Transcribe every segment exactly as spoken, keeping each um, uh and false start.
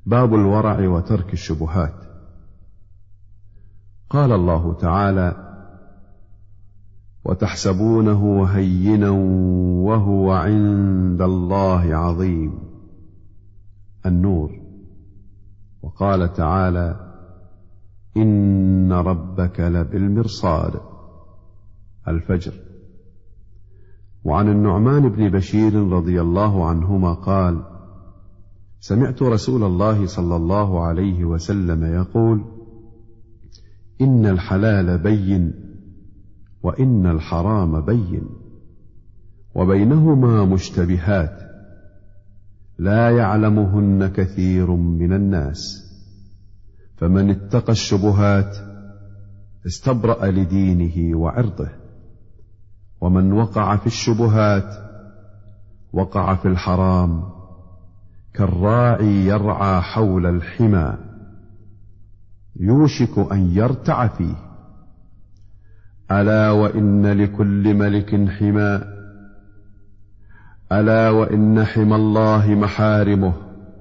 باب الورع وترك الشبهات. قال الله تعالى: وتحسبونه هينا وهو عند الله عظيم. النور. وقال تعالى: إن ربك لبالمرصاد. الفجر. وعن النعمان بن بشير رضي الله عنهما قال: سمعت رسول الله صلى الله عليه وسلم يقول: إن الحلال بين وإن الحرام بين وبينهما مشتبهات لا يعلمهن كثير من الناس، فمن اتقى الشبهات استبرأ لدينه وعرضه، ومن وقع في الشبهات وقع في الحرام كالراعي يرعى حول الحمى يوشك أن يرتع فيه. ألا وإن لكل ملك حمى، ألا وإن حمى الله محارمه،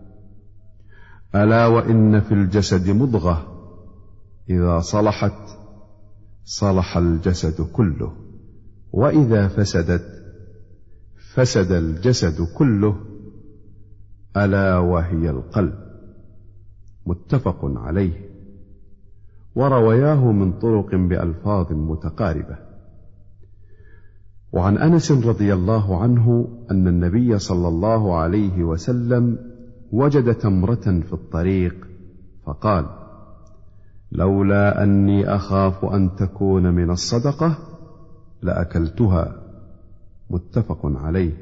ألا وإن في الجسد مضغة إذا صلحت صلح الجسد كله، وإذا فسدت فسد الجسد كله، ألا وهي القلب. متفق عليه. ورواياه من طرق بألفاظ متقاربة. وعن أنس رضي الله عنه أن النبي صلى الله عليه وسلم وجد تمرة في الطريق فقال: لولا أني أخاف أن تكون من الصدقة لأكلتها. متفق عليه.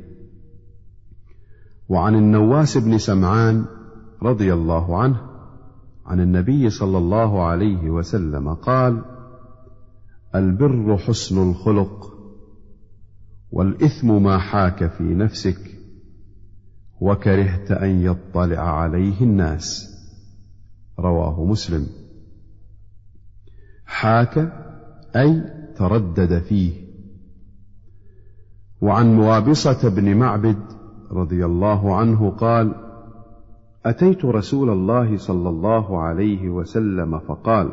وعن النواس بن سمعان رضي الله عنه عن النبي صلى الله عليه وسلم قال: البر حسن الخلق، والإثم ما حاك في نفسك وكرهت أن يطلع عليه الناس. رواه مسلم. حاك أي تردد فيه. وعن موابصة بن معبد رضي الله عنه قال: أتيت رسول الله صلى الله عليه وسلم فقال: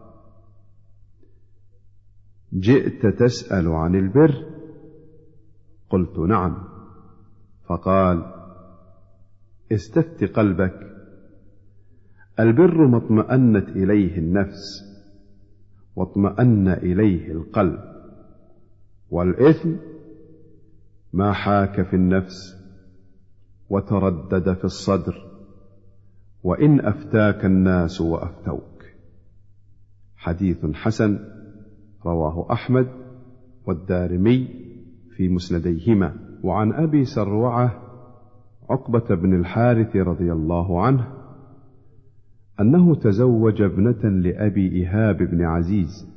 جئت تسأل عن البر؟ قلت: نعم. فقال: استفت قلبك. البر ما اطمأنت إليه النفس واطمأن إليه القلب، والإثم ما حاك في النفس وتردد في الصدر، وإن أفتاك الناس وأفتوك. حديث حسن. رواه أحمد والدارمي في مسنديهما. وعن أبي سروعة عقبة بن الحارث رضي الله عنه أنه تزوج ابنة لأبي إيهاب بن عزيز،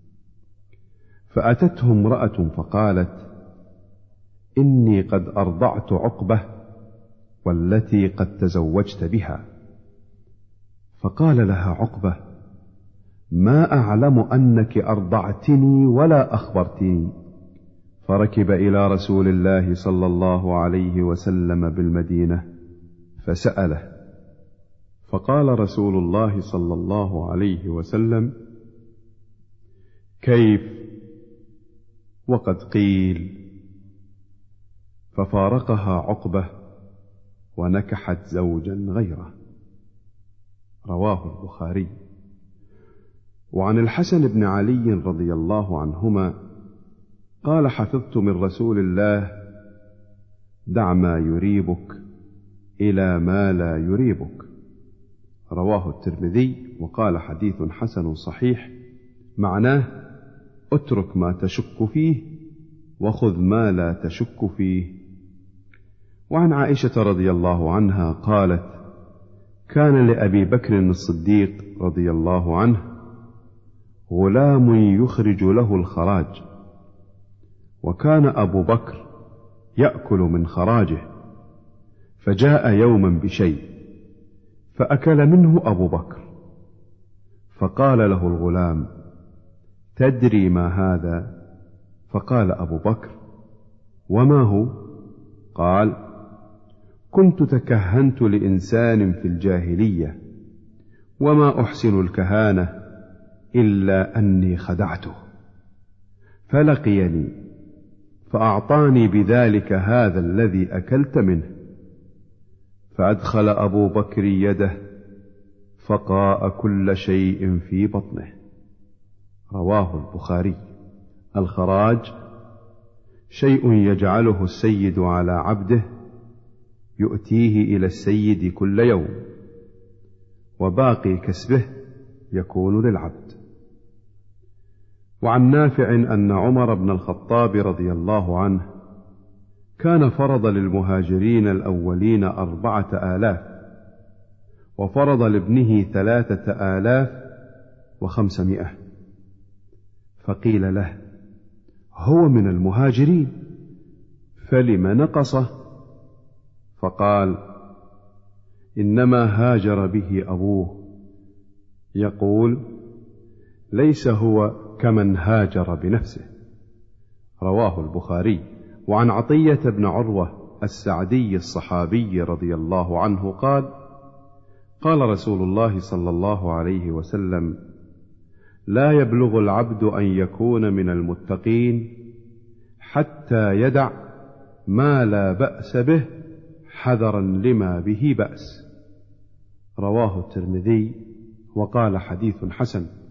فأتته امرأة فقالت: إني قد أرضعت عقبة والتي قد تزوجت بها. فقال لها عقبة: ما أعلم أنك أرضعتني ولا أخبرتني. فركب إلى رسول الله صلى الله عليه وسلم بالمدينة فسأله، فقال رسول الله صلى الله عليه وسلم: كيف وقد قيل. ففارقها عقبة ونكحت زوجا غيره. رواه البخاري. وعن الحسن بن علي رضي الله عنهما قال: حفظت من رسول الله: دع ما يريبك إلى ما لا يريبك. رواه الترمذي وقال: حديث حسن صحيح. معناه: اترك ما تشك فيه وخذ ما لا تشك فيه. وعن عائشة رضي الله عنها قالت: كان لأبي بكر الصديق رضي الله عنه غلام يخرج له الخراج، وكان أبو بكر يأكل من خراجه، فجاء يوما بشيء فأكل منه أبو بكر، فقال له الغلام: تدري ما هذا؟ فقال أبو بكر: وما هو؟ قال: كنت تكهنت لإنسان في الجاهلية وما أحسن الكهانة إلا أني خدعته، فلقيني فأعطاني بذلك هذا الذي أكلت منه، فأدخل أبو بكر يده فقاء كل شيء في بطنه. رواه البخاري. الخراج شيء يجعله السيد على عبده يؤتيه إلى السيد كل يوم، وباقي كسبه يكون للعبد. وعن نافع أن عمر بن الخطاب رضي الله عنه كان فرض للمهاجرين الأولين أربعة آلاف، وفرض لابنه ثلاثة آلاف وخمسمائة، فقيل له: هو من المهاجرين فلم نقصه؟ فقال: إنما هاجر به أبوه، يقول: ليس هو كمن هاجر بنفسه. رواه البخاري. وعن عطية بن عروة السعدي الصحابي رضي الله عنه قال: قال رسول الله صلى الله عليه وسلم: لا يبلغ العبد أن يكون من المتقين حتى يدع ما لا بأس به حذرا لما به بأس. رواه الترمذي وقال: حديث حسن.